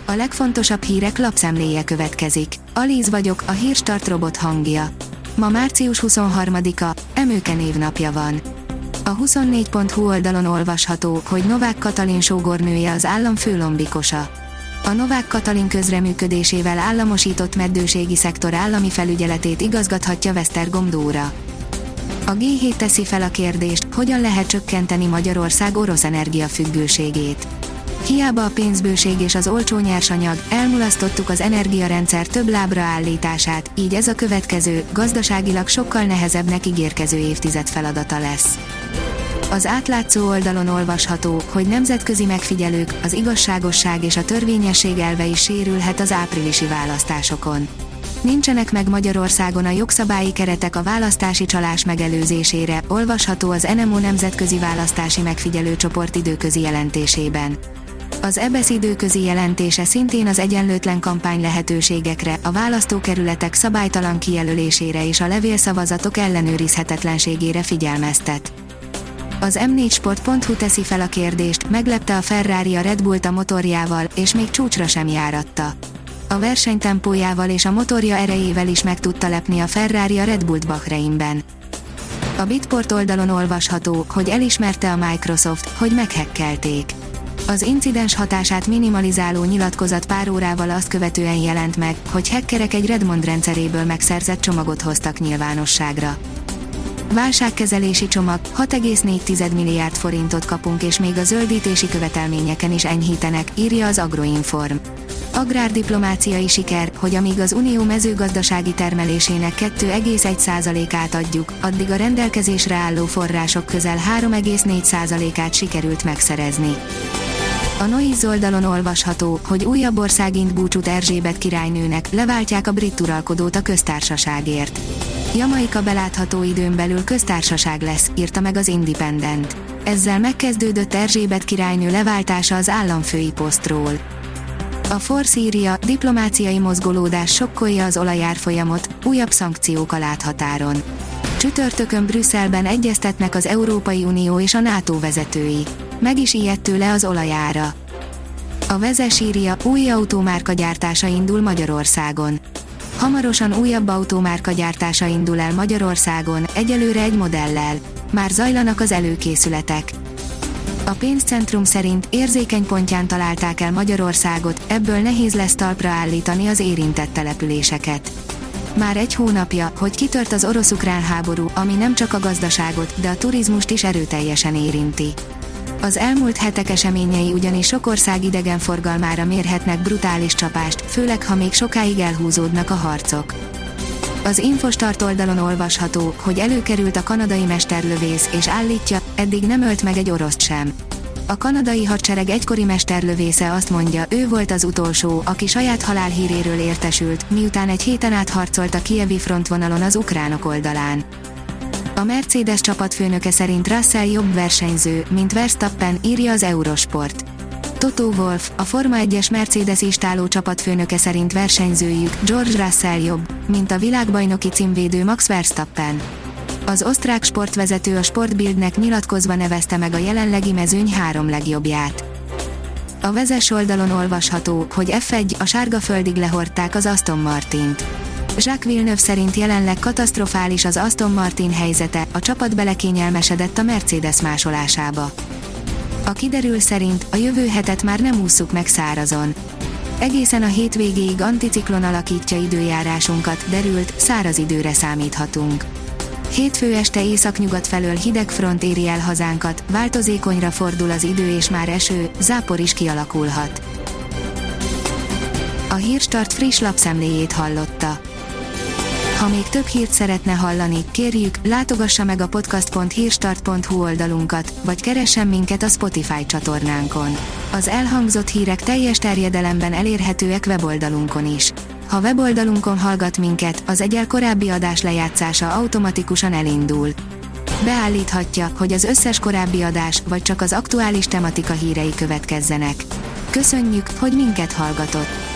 A legfontosabb hírek lapszemléje következik. Alíz vagyok, a Hírstart robot hangja. Ma március 23-a, Emőke névnapja van. A 24.hu oldalon olvasható, hogy Novák Katalin sógornője az állam főlombikosa. A Novák Katalin közreműködésével államosított meddőségi szektor állami felügyeletét igazgathatja Vesztergom Dóra. A G7 teszi fel a kérdést, hogyan lehet csökkenteni Magyarország orosz energiafüggőségét. Hiába a pénzbőség és az olcsó nyersanyag, elmulasztottuk az energiarendszer több lábra állítását, így ez a következő, gazdaságilag sokkal nehezebbnek ígérkező évtized feladata lesz. Az átlátszó oldalon olvasható, hogy nemzetközi megfigyelők, az igazságosság és a törvényesség elve is sérülhet az áprilisi választásokon. Nincsenek meg Magyarországon a jogszabályi keretek a választási csalás megelőzésére, olvasható az NMO Nemzetközi Választási Megfigyelőcsoport időközi jelentésében. Az EBESZ időközi jelentése szintén az egyenlőtlen kampány lehetőségekre, a választókerületek szabálytalan kijelölésére és a levélszavazatok ellenőrizhetetlenségére figyelmeztet. Az m4sport.hu teszi fel a kérdést, meglepte a Ferrari a Red Bullt a motorjával, és még csúcsra sem járatta. A verseny tempójával és a motorja erejével is meg tudta lepni a Ferrari a Red Bullt Bahreinben. A Bitport oldalon olvasható, hogy elismerte a Microsoft, hogy meghekkelték. Az incidens hatását minimalizáló nyilatkozat pár órával azt követően jelent meg, hogy hackerek egy Redmond rendszeréből megszerzett csomagot hoztak nyilvánosságra. Válságkezelési csomag, 6,4 milliárd forintot kapunk és még a zöldítési követelményeken is enyhítenek, írja az Agroinform. Agrárdiplomáciai siker, hogy amíg az unió mezőgazdasági termelésének 2,1%-át adjuk, addig a rendelkezésre álló források közel 3,4%-át sikerült megszerezni. A Noiz oldalon olvasható, hogy újabb országint búcsút Erzsébet királynőnek, leváltják a brit uralkodót a köztársaságért. Jamaika belátható időn belül köztársaság lesz, írta meg az Independent. Ezzel megkezdődött Erzsébet királynő leváltása az államfői posztról. A Force írja, diplomáciai mozgolódás sokkolja az olajárfolyamot, újabb szankciók a láthatáron. Csütörtökön Brüsszelben egyeztetnek az Európai Unió és a NATO vezetői. Meg is ijedt tőle az olajára. A Vezes írja, új autómárka gyártása indul Magyarországon. Hamarosan újabb autómárka gyártása indul el Magyarországon, egyelőre egy modellel. Már zajlanak az előkészületek. A pénzcentrum szerint érzékeny pontján találták el Magyarországot, ebből nehéz lesz talpra állítani az érintett településeket. Már egy hónapja, hogy kitört az orosz-ukrán háború, ami nem csak a gazdaságot, de a turizmust is erőteljesen érinti. Az elmúlt hetek eseményei ugyanis sok ország idegenforgalmára mérhetnek brutális csapást, főleg ha még sokáig elhúzódnak a harcok. Az Infostart oldalon olvasható, hogy előkerült a kanadai mesterlövész, és állítja, eddig nem ölt meg egy oroszt sem. A kanadai hadsereg egykori mesterlövésze azt mondja, ő volt az utolsó, aki saját halálhíréről értesült, miután egy héten át harcolt a kijevi frontvonalon az ukránok oldalán. A Mercedes csapatfőnöke szerint Russell jobb versenyző, mint Verstappen, írja az Eurosport. Toto Wolff, a Forma 1-es Mercedes istáló csapatfőnöke szerint versenyzőjük, George Russell jobb, mint a világbajnoki címvédő Max Verstappen. Az osztrák sportvezető a Sportbildnek nyilatkozva nevezte meg a jelenlegi mezőny 3 legjobbját. A Vezes oldalon olvasható, hogy F1, a sárga földig lehordták az Aston Martint. Jacques Villeneuve szerint jelenleg katasztrofális az Aston Martin helyzete, a csapat belekényelmesedett a Mercedes másolásába. A kiderül szerint a jövő hetet már nem ússzuk meg szárazon. Egészen a hétvégéig anticiklon alakítja időjárásunkat, derült, száraz időre számíthatunk. Hétfő este északnyugat felől hideg front éri el hazánkat, változékonyra fordul az idő és már eső, zápor is kialakulhat. A Hírstart friss lapszemléjét hallotta. Ha még több hírt szeretne hallani, kérjük, látogassa meg a podcast.hírstart.hu oldalunkat, vagy keressen minket a Spotify csatornánkon. Az elhangzott hírek teljes terjedelemben elérhetőek weboldalunkon is. Ha weboldalunkon hallgat minket, az egyel korábbi adás lejátszása automatikusan elindul. Beállíthatja, hogy az összes korábbi adás, vagy csak az aktuális tematika hírei következzenek. Köszönjük, hogy minket hallgatott!